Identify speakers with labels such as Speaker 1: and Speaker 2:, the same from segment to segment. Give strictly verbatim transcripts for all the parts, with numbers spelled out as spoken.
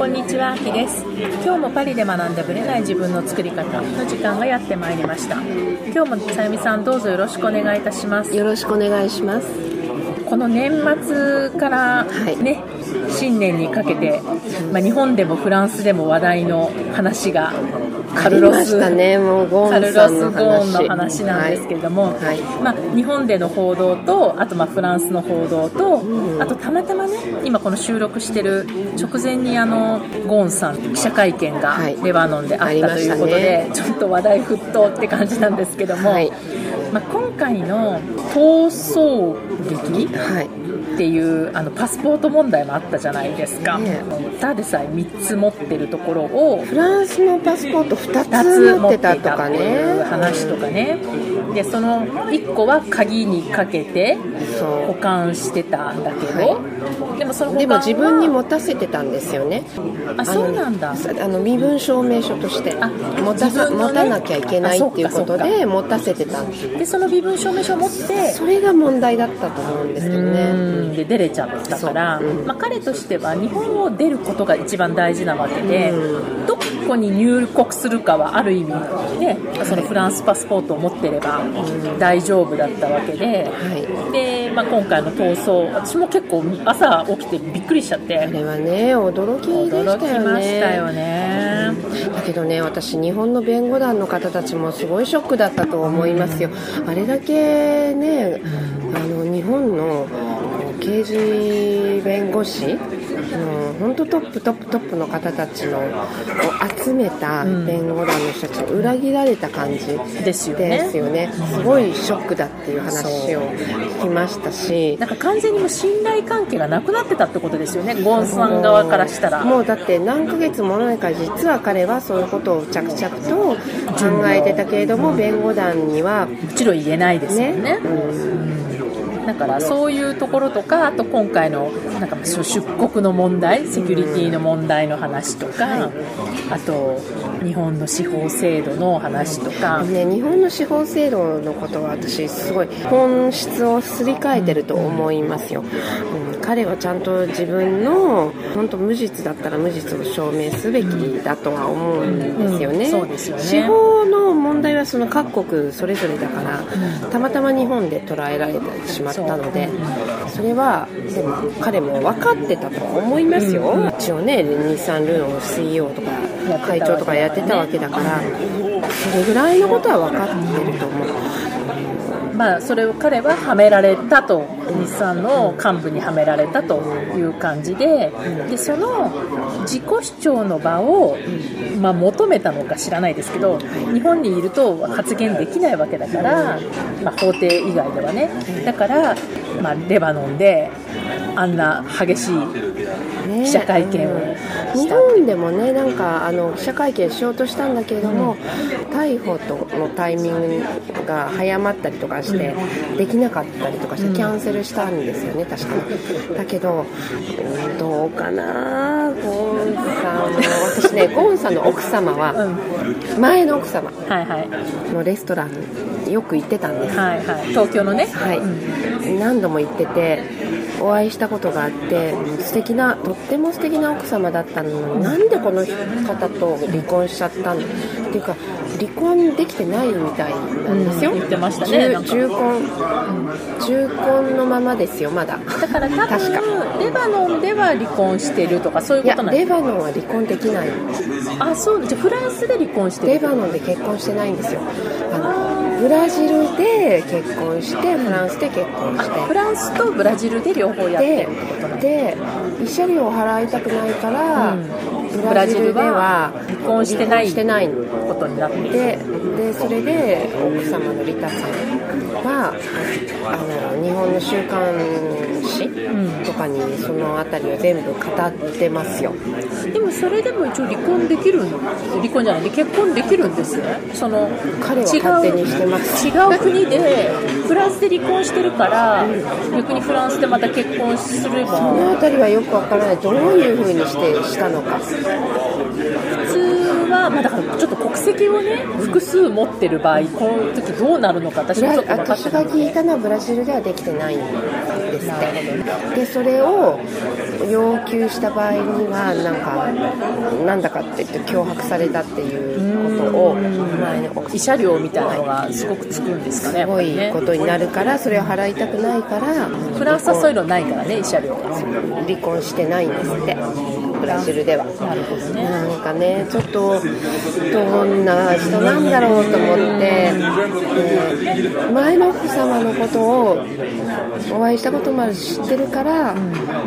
Speaker 1: こんにちは、あきです。今日もパリで学んでぶれない自分の作り方の時間がやってまいりました。今日もさゆみさん、どうぞよろしくお願いいたします。
Speaker 2: よろしくお願いします。
Speaker 1: この年末からね、はい、新年にかけて、まあ、日本でもフランスでも話題の話がカルロス、
Speaker 2: ね、もうゴーンさんの話、
Speaker 1: カルロス・ゴーンの話なんですけれども、はいはい、まあ、日本での報道と、あとまあフランスの報道と、うん、あとたまたまね、今この収録してる直前にあのゴーンさん記者会見がレバノンであったということで、はいね、ちょっと話題沸騰って感じなんですけども、はい、まあ、今回の逃走劇、はいっていうあのパスポート問題もあったじゃないですか、ね、ただでさえみっつ持ってるところを
Speaker 2: フランスのパスポートふたつ持ってたとかね、
Speaker 1: いう話とかね、でそのいっこは鍵にかけて保管してたんだけど、はい、でもその保管は
Speaker 2: でも自分に持たせてたんですよね。
Speaker 1: あ、そうなんだ。
Speaker 2: あの身分証明書として持たさ、ね、持たなきゃいけないっていうことで持たせてたんです。
Speaker 1: でその身分証明書を持って
Speaker 2: それが問題だったと思うんですけどね。
Speaker 1: で出れちゃったから、うん、まあ、彼としては日本を出ることが一番大事なわけで、うん、どこに入国するかはある意味、ね、そのフランスパスポートを持ってれば大丈夫だったわけで、はい、で、まあ、今回の逃走、私も結構朝起きてびっくりしちゃって、
Speaker 2: あれはね驚きでしたよね。
Speaker 1: 驚きましたよね、
Speaker 2: うん、だけどね、私日本の弁護団の方たちもすごいショックだったと思いますよ、うん、あれだけね、あの日本の刑事弁護士の本当トップトップトップの方たちのを集めた弁護団の人たちに裏切られた感じですよね。ですよね。すごいショックだっていう話を聞きましたし、
Speaker 1: なんか完全にもう信頼関係がなくなってたってことですよね、ゴーンさん側からしたら。
Speaker 2: もうだって何ヶ月も前から実は彼はそういうことを着々と考えてたけれども、弁護団には
Speaker 1: もちろん言えないですよね、ね、うんだからそういうところとか、あと今回のなんか出国の問題、セキュリティの問題の話とか、あと日本の司法制度の話とか、
Speaker 2: ね、日本の司法制度のことは私すごい本質をすり替えてると思いますよ、うん、彼はちゃんと自分の本当無実だったら無実を証明すべきだとは思うんですよね、うんうん、そうですよね。司法の問題はその各国それぞれだから、うん、たまたま日本で捉えられてしまったので、それはでも彼も分かってたと思いますよ、うん、一応ね日産ルノー シーイーオー とか会長とかやってたわけだから、それぐらいのことは分かってると思う。
Speaker 1: まあ、それを彼ははめられたと、日産の幹部にはめられたという感じで、でその自己主張の場を、まあ、求めたのか知らないですけど、日本にいると発言できないわけだから、まあ、法廷以外ではね、だから、まあ、レバノンであんな激しい記者会見をした、
Speaker 2: ね、日本でもね、なんかあの記者会見しようとしたんだけれども、うん、逮捕のタイミングが早まったりとかして、うん、できなかったりとかしてキャンセルしたんですよね、確かに。だけど、うん、どうかな、ゴーンさんも私ねゴーンさんの奥様は、うん、前の奥様のレストランによく行ってたんです、
Speaker 1: はいはい、東京のね、
Speaker 2: はい、うん、何度も行っててお会いしたことがあって、素敵な、とっても素敵な奥様だったのに、なんでこの方と離婚しちゃったのっていうか、離婚できてないみたいなんですよ、うん、
Speaker 1: 言ってましたね。
Speaker 2: 重婚、重婚のままですよ、まだ。
Speaker 1: だから多分レバノンでは離婚してるとかそういうことなんですか。
Speaker 2: いや、レバノンは離婚できない。
Speaker 1: あ、そう。じゃあフランスで離婚してる。
Speaker 2: レバノンで結婚してないんですよ。あのブラジルで結婚してフランスで結婚して、
Speaker 1: フランスとブラジルで両方やってるってことなん
Speaker 2: で、慰謝料を払いたくないから、うん、
Speaker 1: ブラジルでは離婚してないことになっている。
Speaker 2: で、でそれで奥様のリタさんはあの日本の週刊誌とかにそのあたりを全部語ってますよ、
Speaker 1: うん、でもそれでも一応離婚できるん離婚じゃないで結婚できるんですね。その
Speaker 2: 彼は勝手にしてます。
Speaker 1: 違う国でフランスで離婚してるから、うん、逆にフランスでまた結婚すれば、
Speaker 2: そのあたりはよくわからない。どういう風にしてしたのか。
Speaker 1: 普通はは、まあ、だからちょっと国籍をね複数持ってる場合この時どうなるのか私もちょっと分かってないので、
Speaker 2: 私が聞いたのはブラジルではできてないんですって。でそれを要求した場合にはなんかなんだかって言って脅迫されたっていうことを前の
Speaker 1: 慰謝料みたいなのがすごくつくんですかね。
Speaker 2: すごいことになるからそれを払いたくないから
Speaker 1: フランスはそういうのないからね慰謝料が
Speaker 2: 離婚してないんですってブラジルでは。
Speaker 1: なるほどね。
Speaker 2: なんかねちょっとどんな人なんだろうと思って、えー、前の奥様のことをお会いしたこともあるし知ってるから、うん、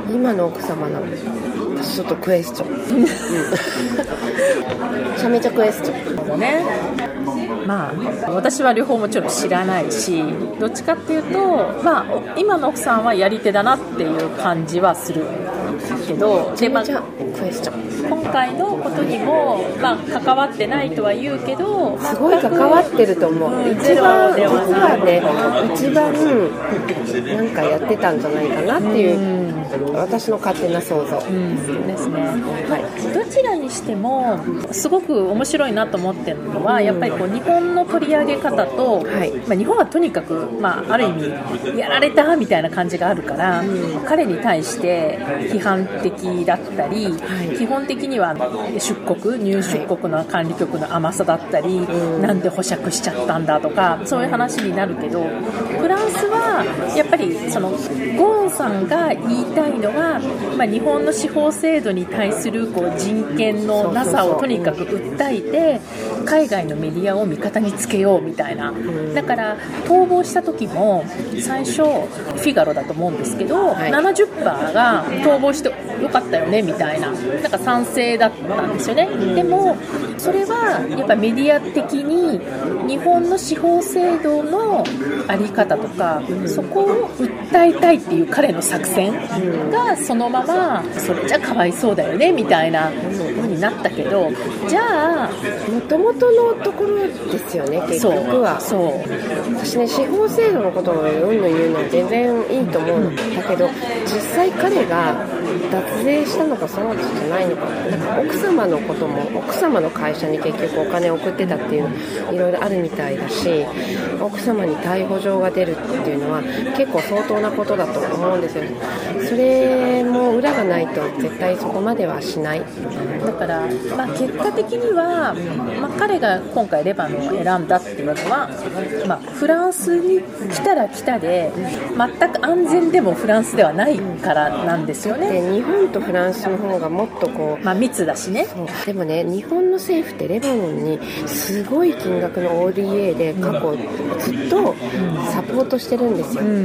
Speaker 2: 今の奥様のちょっとクエスチョンめちゃめちゃクエスチョン
Speaker 1: ね。まあ、私は両方もちろん知らないしどっちかっていうと、まあ、今の奥さんはやり手だなっていう感じはするけどで、まあ、今回のことにも、まあ、関わってないとは言うけど
Speaker 2: すごい関わってると思う、うん、一番実はね一番なんかやってたんじゃないかなっていう、うん、私の勝手な想像、
Speaker 1: うんですね。まあ、どちらにしてもすごく面白いなと思ってるのは、うん、やっぱりこう日本の取り上げ方と、はいまあ、日本はとにかく、まあ、ある意味やられたみたいな感じがあるから、うん、彼に対して批判的だったり、はい、基本的には出国入出国の管理局の甘さだったり、はい、なんで保釈しちゃったんだとかそういう話になるけどフランスはやっぱりそのゴーンさんが言いたいのは、まあ、日本の司法制度に対するこう人権のなさをとにかく訴えて海外のメディアを味方につけようみたいな。だから逃亡した時も最初フィガロだと思うんですけど、はい、ななじゅっパーセント が逃亡してよかったよねみたいななんか賛成だったんですよね。でもそれはやっぱメディア的に日本の司法制度のあり方とかそこを訴えたいっていう彼の作戦がそのままそれじゃかわいそうだよねみたいな風になったけどじゃあ
Speaker 2: もともとのところですよね結局は。
Speaker 1: そうそう
Speaker 2: 私ね司法制度のことをうんぬん言うのは全然いいと思うんだけど実際彼が脱税したのかそうじゃないのかなんか奥様のことも奥様の会社に結局お金を送ってたっていういろいろあるみたいだし奥様に逮捕状が出るっていうのは結構相当なことだと思うんですよ。それも裏がないと絶対そこまではしない。
Speaker 1: だから、まあ、結果的には、まあ、彼が今回レバノンを選んだっていうのは、まあ、フランスに来たら来たで全く安全でもフランスではないからなんですよね。
Speaker 2: で日本とフランスの方がもっとこう、
Speaker 1: まあ、密だしね。
Speaker 2: でもね日本の政府ってレバノンにすごい金額の オーディーエー で過去ずっとサポートしてるんですよ、うんうんうん、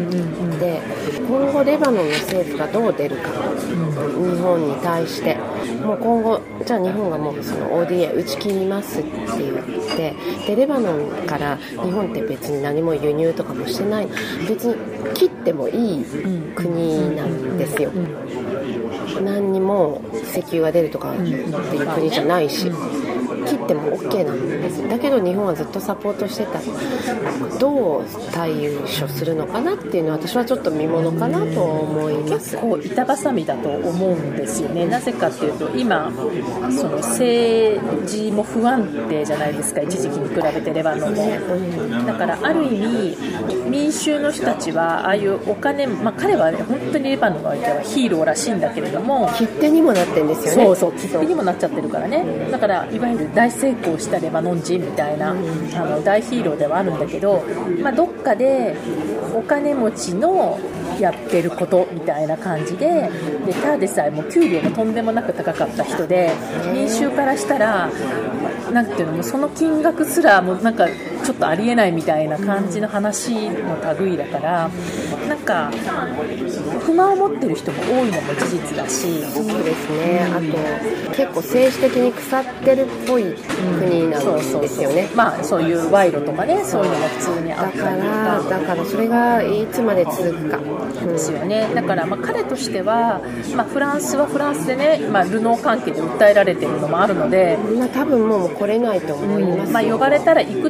Speaker 2: で今後レバノンの政府がどう出るか、うん、日本に対してもう今後じゃあ日本がもうその オーディーエー 打ち切りますって言ってでレバノンから日本って別に何も輸入とかもしてない別に切ってもいい国なんですよ。何にも石油が出るとかっていう国じゃないし切っても OK なんです。だけど日本はずっとサポートしてた。どう対処するのかなっていうのは私はちょっと見ものかなと思います。
Speaker 1: 結構板挟みだと思うんですよね。なぜかっていうと今その政治も不安定じゃないですか一時期に比べてレバノンも、うん、だからある意味民衆の人たちはああいうお金、まあ、彼は、ね、本当にレバノンの相手はヒーローらしいんだけれども
Speaker 2: 切手にもなってるんですよね。
Speaker 1: そうそう切手にもなっちゃってるからね。だからいわゆる大成功したレバノン人みたいな、うん、あの大ヒーローではあるんだけど、まあ、どっかでお金持ちのやってることみたいな感じで、でただでさえもう給料がとんでもなく高かった人で民衆からしたらなんていうのもその金額すらもうなんかちょっとありえないみたいな感じの話の類だからなんか不満を持ってる人も多いのも事実だし、
Speaker 2: そうですね、うん、あと結構政治的に腐ってるっぽい国なんですよね、
Speaker 1: うん、まあそういう賄賂とかねそういうのも普通にあったりとか
Speaker 2: だからだからそれがいつまで続くか
Speaker 1: ですよね。だからまあ彼としては、まあ、フランスはフランスでね、まあ、ルノー関係で訴えられているのもあるので、
Speaker 2: まあ、多分もう来れないと思います、
Speaker 1: うんまあ、呼ばれたら行くとは言っ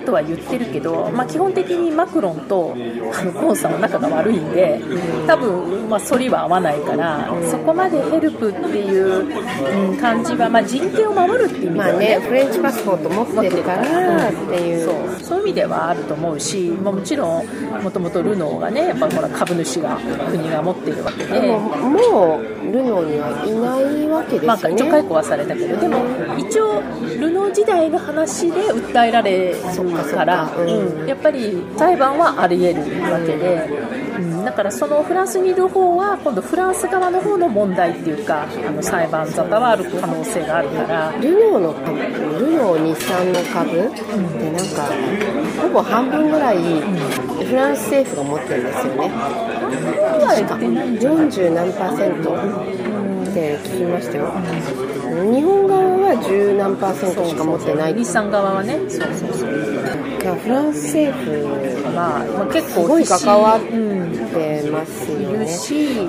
Speaker 1: ってるけど、まあ、基本的にマクロンとあのゴンさんは仲が悪いんで、多分、まあ、反りは合わないから、うん、そこまでヘルプっていう、うん、感じは、まあ、人権を守るっていう意味ではね、まあね、
Speaker 2: フレンチパスポート持ってるからっていう、
Speaker 1: そう、そういう意味ではあると思うし、まあ、もちろんもともとルノーがね、やっぱほら株主が国が持っているわけで、
Speaker 2: でももうルノーにはいないわけですよね。まあ、
Speaker 1: 一応解雇はされたけど、でも一応ルノー時代の話で訴えられるから、うん、やっぱり裁判はあり得るわけで、うん、だからそのフランスにいる方は今度フランス側の方の問題っていうか、あの裁判沙汰はある可能性があるから、
Speaker 2: ルノーの株、ルノー日産の株ってなんかほぼ半分ぐらいフランス政府が持ってるんですよね。確かよんじゅう何パーセントって聞きましたよ。日本側は十何パーセントしか持ってない。
Speaker 1: 日産側はね、そうそうそう。
Speaker 2: フランス政府
Speaker 1: まあ、まあ、結構
Speaker 2: すごい関わってますよね。
Speaker 1: いるし、うん、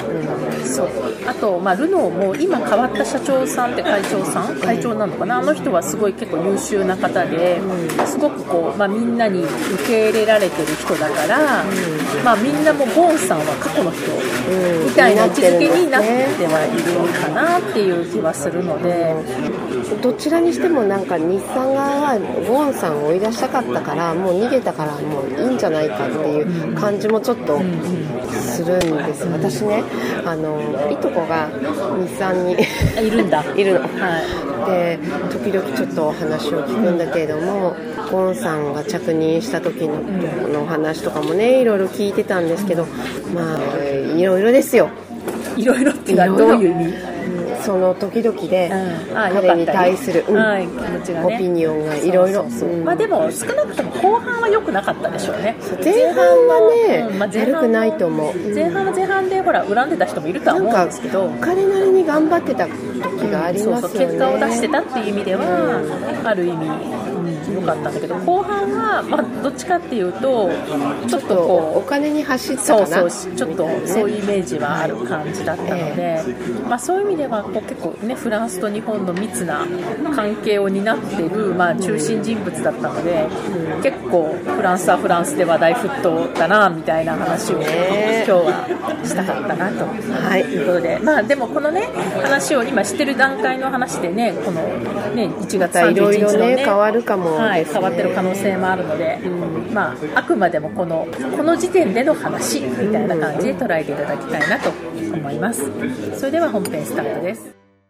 Speaker 1: そう。あと、まあ、ルノーも今変わった社長さんって会長さん会長なのかな、あの人はすごい結構優秀な方で、すごくこう、まあ、みんなに受け入れられてる人だから、うん、まあ、みんなもゴンさんは過去の人みたいな位置づけになってはいるかなっていう気はするので、
Speaker 2: どちらにしてもなんか日産側はゴンさんを追い出したかったからもう逃げたからもういいんじゃないかっていう感じもちょっとするんです。私ね、あのいとこが日産に
Speaker 1: いるんだ
Speaker 2: いるの、はい、で時々ちょっとお話を聞くんだけれども、ゴンさんが着任した時 の,、うん、の話とかもねいろいろ聞いてたんですけど、まあいろいろですよ。
Speaker 1: いろいろってのはどういう意味？
Speaker 2: その時々で彼に対する、うん
Speaker 1: はい、気持ちがね、
Speaker 2: オピニオンがいろいろ。
Speaker 1: まあでも少なくとも後半は良くなかったでしょうね。
Speaker 2: 前半はね、うんまあ、悪くないと思う。
Speaker 1: 前半は前半でほら恨んでた人もいるとは思うんですけど、
Speaker 2: 彼なりに頑張ってた時がありますよね、うん、そうそう
Speaker 1: 結果を出してたっていう意味では、うん、ある意味良かったんだけど、後半は、まあ、どっちかっていうとちょっとこう
Speaker 2: お金に走ったかな、
Speaker 1: そうそうちょっとそういうイメージはある感じだったので、えーまあ、そういう意味ではこう結構ねフランスと日本の密な関係を担っている、まあ、中心人物だったので、うん、結構フランスはフランスで話題沸騰だなみたいな話を、ね、今日はしたかったなと、はい、いうことで、まあ、でもこのね話を今してる段階の話でねこのねいちがつさんじゅういちにちのね、
Speaker 2: ね変わるかも
Speaker 1: はい、変わってる可能性もあるので、うんまあ、あくまでもこの、この時点での話みたいな感じで捉えていただきたいなと思います。それでは本編スタートです。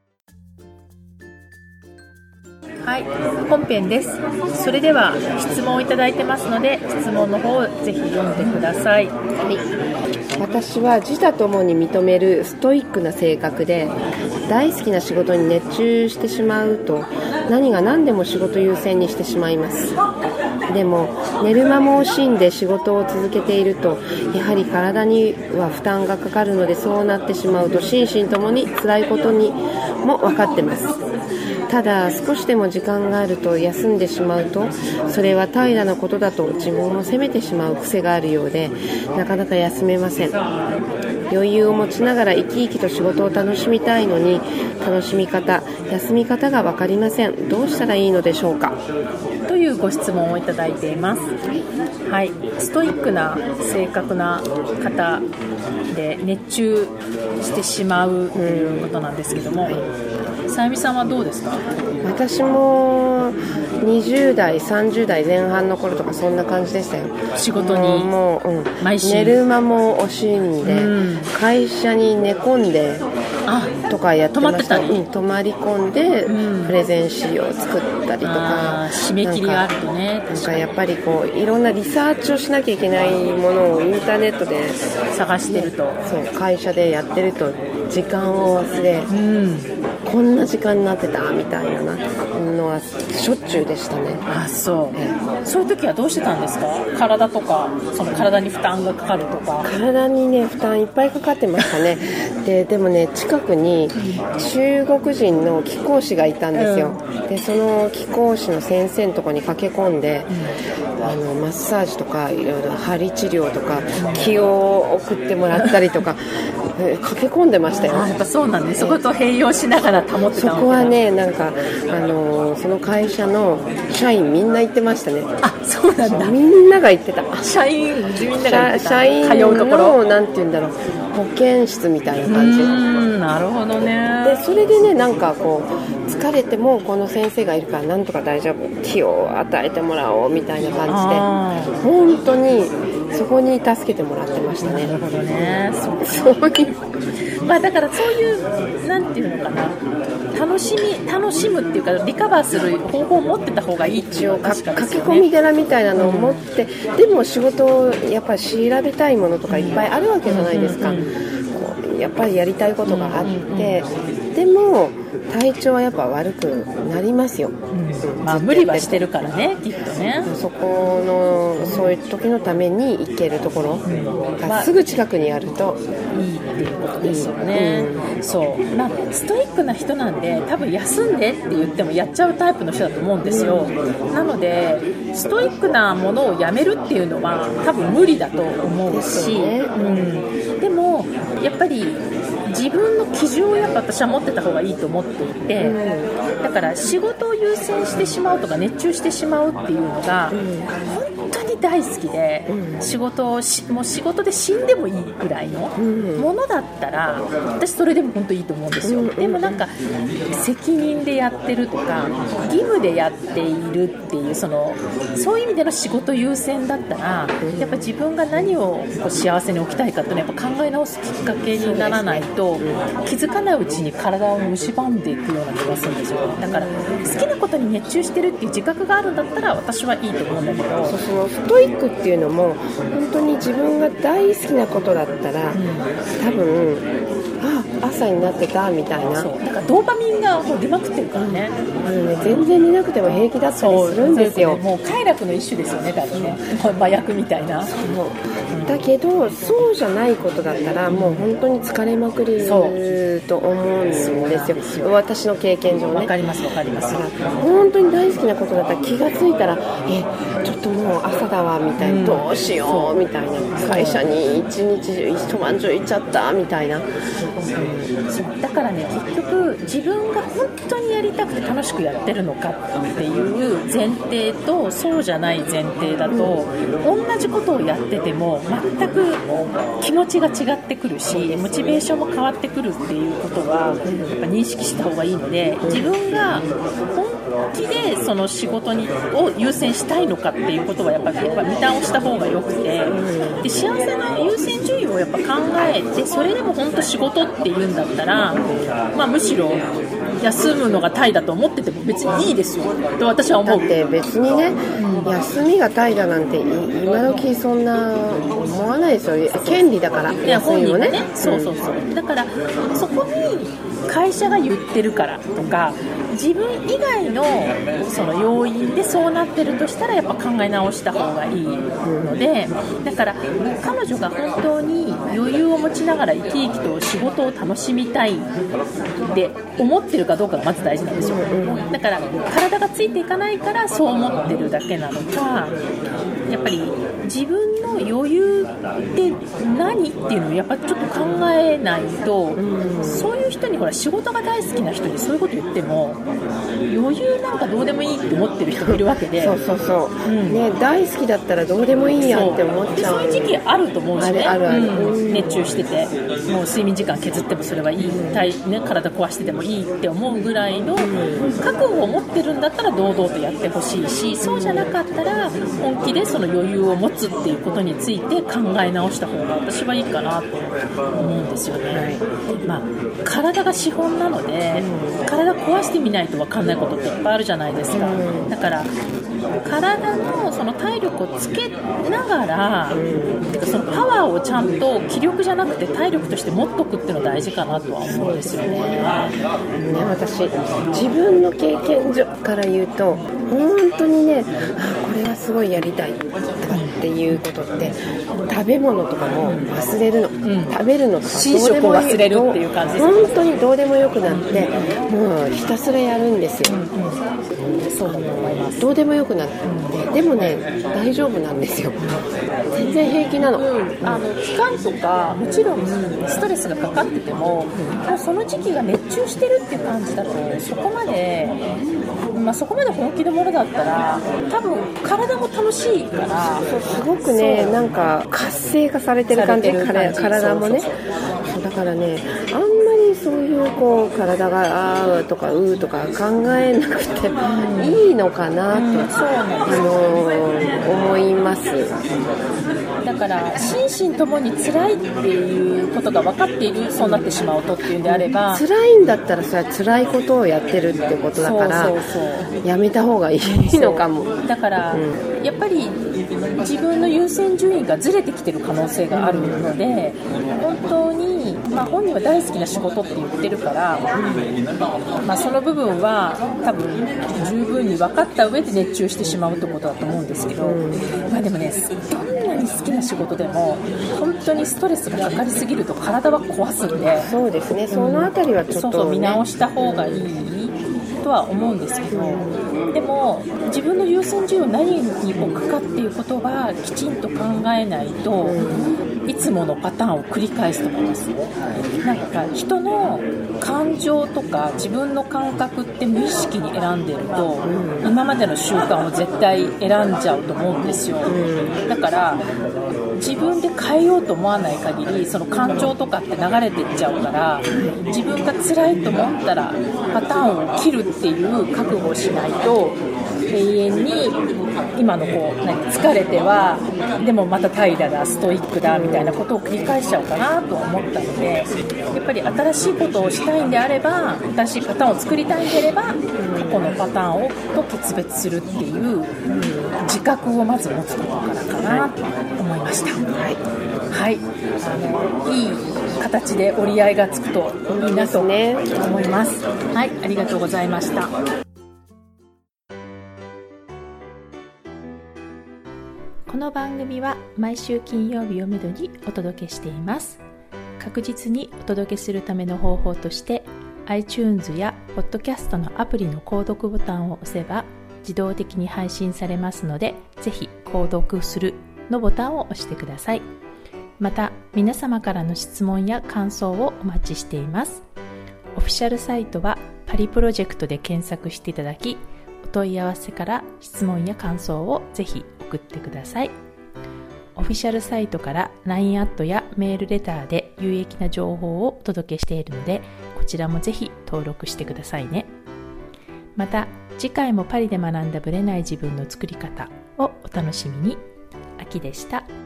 Speaker 1: はい、本編です。それでは質問をいただいてますので質問の方をぜひ読んでください。はい、
Speaker 2: 私は自他ともに認めるストイックな性格で大好きな仕事に熱中してしまうと何が何でも仕事優先にしてしまいます。でも寝る間も惜しんで仕事を続けているとやはり体には負担がかかるので、そうなってしまうと心身ともに辛いことにも分かってます。ただ少しでも時間があると休んでしまうとそれは怠惰なことだと自分を責めてしまう癖があるようでなかなか休めません。余裕を持ちながら生き生きと仕事を楽しみたいのに楽しみ方、休み方が分かりません。どうしたらいいのでしょうか、
Speaker 1: というご質問をいただいています。はい、ストイックな性格な方で熱中してしまうということなんですけども、さゆみさんはどうですか？
Speaker 2: 私もにじゅう代さんじゅう代前半の頃とかそんな感じでしたよ。
Speaker 1: 仕事に
Speaker 2: もう、うん、
Speaker 1: 毎週
Speaker 2: 寝る間も惜しんで、うん、会社に寝込んでとかやってました。
Speaker 1: 泊まってたり、
Speaker 2: うん、泊まり込んで、うん、プレゼン資料を作ったりとか、
Speaker 1: 締め切りがあるとね、
Speaker 2: なんかやっぱりこういろんなリサーチをしなきゃいけないものをインターネットで
Speaker 1: 探してると、
Speaker 2: そう会社でやってると時間を忘れ、うん、こんな時間になってたみたいなのはしょっちゅうでしたね。
Speaker 1: あ、そう、ええ、そういう時はどうしてたんですか？体とかその体に負担がかかるとか。
Speaker 2: 体にね負担いっぱいかかってましたねで, でもね近くに中国人の貴公子がいたんですよ、うん、でその貴公子の先生のところに駆け込んで、うん、あのマッサージとかいろいろ鍼治療とか気を送ってもらったりとか駆け込んでましたよ。
Speaker 1: あ、やっぱそうなんです、ね、そこと併用しながら保ってたわけだ。
Speaker 2: そこはね、なんかあのその会社の社員みんな言ってましたね。
Speaker 1: あ、そうなんだ。
Speaker 2: みんなが言ってた。
Speaker 1: 社員みんなが言ってた。
Speaker 2: 社員
Speaker 1: 通うところ
Speaker 2: のなんて言うんだろう、保健室みたいな感じ。
Speaker 1: うーん、なるほどね。
Speaker 2: でそれでね、なんかこう疲れてもこの先生がいるからなんとか大丈夫、気を与えてもらおうみたいな感じで、本当にそこに助けてもらってましたね。
Speaker 1: なるほどね。
Speaker 2: そうそういう
Speaker 1: まあだからそういうなんていうのかな、楽しみ楽しむっていうかリカバーする方法を持ってた方がいいっていうのは確かですよね。
Speaker 2: 書き込み寺みたいなのを持って、うん、でも仕事をやっぱり調べたいものとかいっぱいあるわけじゃないですか、うんうんうん、こうやっぱりやりたいことがあって、うんうんうん、でも体調はやっぱ悪くなりますよ、
Speaker 1: うん、まあ無理はしてるからね、きっとね。
Speaker 2: そこのそういう時のために行けるところがすぐ近くにあると
Speaker 1: いいっていうことですよね、うん、そう、まあ、ストイックな人なんで多分休んでって言ってもやっちゃうタイプの人だと思うんですよ、うん、なのでストイックなものをやめるっていうのは多分無理だと思うし、ね、うん、でもやっぱり自分の基準をやっぱ私は持ってた方がいいと思っていて、うん、だから仕事を優先してしまうとか熱中してしまうっていうのが、うん、本当に大好きで、うん、仕事をしもう仕事で死んでもいいぐらいのものだったら、うん、私それでも本当いいと思うんですよ、うん、でもなんか責任でやってるとか義務でやっているっていうそのそういう意味での仕事優先だったら、うん、やっぱ自分が何をこう幸せに置きたいかっていうのはやっぱ考え直すきっかけにならないと、気づかないうちに体を蝕んでいくような気がするんですよ。だから好きなことに熱中してるっていう自覚があるんだったら私はいいと思うんだけど、
Speaker 2: そう、そのストイックっていうのも本当に自分が大好きなことだったら、うん、多分あ朝になってたみたいな、
Speaker 1: そうだからドーパミンがもう出まくってるからね、
Speaker 2: うんね、全然寝なくても平気だったりするんですよ。
Speaker 1: そう、もう快楽の一種ですよね、多分ね、麻薬みたいな。
Speaker 2: そうだけどそうじゃないことだったらもう本当に疲れまくりと思うんですよ、私の経験上ね。
Speaker 1: わかりますわかります。
Speaker 2: 本当に大好きなことだったら気がついたらえちょっともう朝だわみたいな、うん、どうしようみたいな、会社に一日中一晩中行っちゃったみたいな、うん、
Speaker 1: だからね結局自分が本当にやりたくて楽しくやってるのかっていう前提とそうじゃない前提だと、うん、同じことをやってても全く気持ちが違ってくるしモチベーションも変わってくるっていうことはやっぱ認識した方がいいので、自分が本気でその仕事にを優先したいのかっていうことはやっぱり見直した方がよくて、で幸せな優先順位をやっぱ考えて、それでも本当仕事っていうんだったら、まあ、むしろ休むのが大だと思ってても別にいいですよと私は思う。
Speaker 2: だって別にね、うん、休みが大だなんて今時そんな思わないですよ。権利だから、
Speaker 1: 休みもね、そうそうそう、うん、だからそこに会社が言ってるからとか自分以外のその要因でそうなってるとしたらやっぱ考え直した方がいいので、だから彼女が本当に余裕を持ちながら生き生きと仕事を楽しみたいって思ってるかどうかがまず大事なんですよ。だから体がついていかないからそう思ってるだけなのか、やっぱり自分の余裕って何っていうのをやっぱちょっと考えないと、うん、そういう人にほら仕事が大好きな人にそういうこと言っても余裕なんかどうでもいいって思ってる人がいるわけで、
Speaker 2: そうそうそう、うんね、大好きだったらどうでもいいやって思っちゃう。
Speaker 1: そういう時期あると思うしね、
Speaker 2: あるある、
Speaker 1: うん、熱中しててもう睡眠時間削ってもそれはいい、うんね、体壊しててもいいって思うぐらいの覚悟を持ってるんだったら堂々とやってほしいし、そうじゃなかったら本気でその余裕を持つっていうことについて考え直した方が私はいいかなと思うんですよね、はい。まあ、体が資本なので、うん、体壊してみないと分かんないことっていっぱいあるじゃないですか、うん、だから体のその体力をつけながら、うん、そのパワーをちゃんと気力じゃなくて体力として持っとくっていうのが大事かなとは思うんですよね。
Speaker 2: ね、私自分の経験上から言うと本当にね、あこれはすごいやりたいとかっっていうことって食べ物とかも忘れるの、うん、食べるのとか
Speaker 1: 寝食を忘れるっていう感じですね。
Speaker 2: 本当にどうでもよくなって、うん、もうひたすらやるんですよ、うん
Speaker 1: うん、そうだと思います。
Speaker 2: どうでもよくなって、うん、でもね大丈夫なんですよ。全然平気なの、うん、
Speaker 1: あの期間とかもちろんストレスがかかってても、うん、その時期が熱中してるっていう感じだとそこまで、まあ、そこまで本気のものだったら多分体も楽しいから、
Speaker 2: そうすごくねなんか活性化されてる感じ、体もね。そうそうそう、だからねあんまりそういうこう体があーとかうーとか考えなくていいのかなと、うん、そうなんです、あのー、思います。
Speaker 1: だから心身ともに辛いっていうことが分かっている、そうなってしまうとっていうんであれば、
Speaker 2: 辛いんだったらそれは辛いことをやってるってことだから、そうそうそう、やめた方がいいのかも。
Speaker 1: だから、うん、やっぱり自分の優先順位がずれてきてる可能性があるので、本当に、まあ、本人は大好きな仕事って言ってるから、まあ、その部分は多分十分に分かった上で熱中してしまうってことだと思うんですけど、うん、まあ、でもねどんなに好きな仕事でも本当にストレスがかかりすぎると体は壊すんで、
Speaker 2: そうですね、そのあたりはちょっと、ね、そうそう、
Speaker 1: 見直した方がいいとは思うんですけど、でも自分の優先順位を何に置くかっていうことはきちんと考えないと、いつものパターンを繰り返すと思います。なんか人の感情とか自分の感覚って無意識に選んでると、今までの習慣を絶対選んじゃうと思うんですよ。だから自分で変えようと思わない限りその感情とかって流れていっちゃうから、自分が辛いと思ったらパターンを切るっていう覚悟をしないと、永遠に今のこう何疲れてはでもまた平らだストイックだみたいなことを繰り返しちゃうかなと思ったので、やっぱり新しいことをしたいんであれば、新しいパターンを作りたいんであれば、過去のパターンをと決別するっていう自覚をまず持つことからかなと思いました。はい、はい、あのいい形で折り合いがつくといいなと思います。はい、ありがとうございました。この番組は毎週金曜日をめどにお届けしています。確実にお届けするための方法として iTunes や Podcast のアプリの購読ボタンを押せば自動的に配信されますので、ぜひ購読するのボタンを押してください。また皆様からの質問や感想をお待ちしています。オフィシャルサイトはパリプロジェクトで検索していただき、お問い合わせから質問や感想をぜひ送ってください。オフィシャルサイトから ライン アットやメールレターで有益な情報をお届けしているので、こちらもぜひ登録してくださいね。また次回もパリで学んだブレない自分の作り方をお楽しみに。あきでした。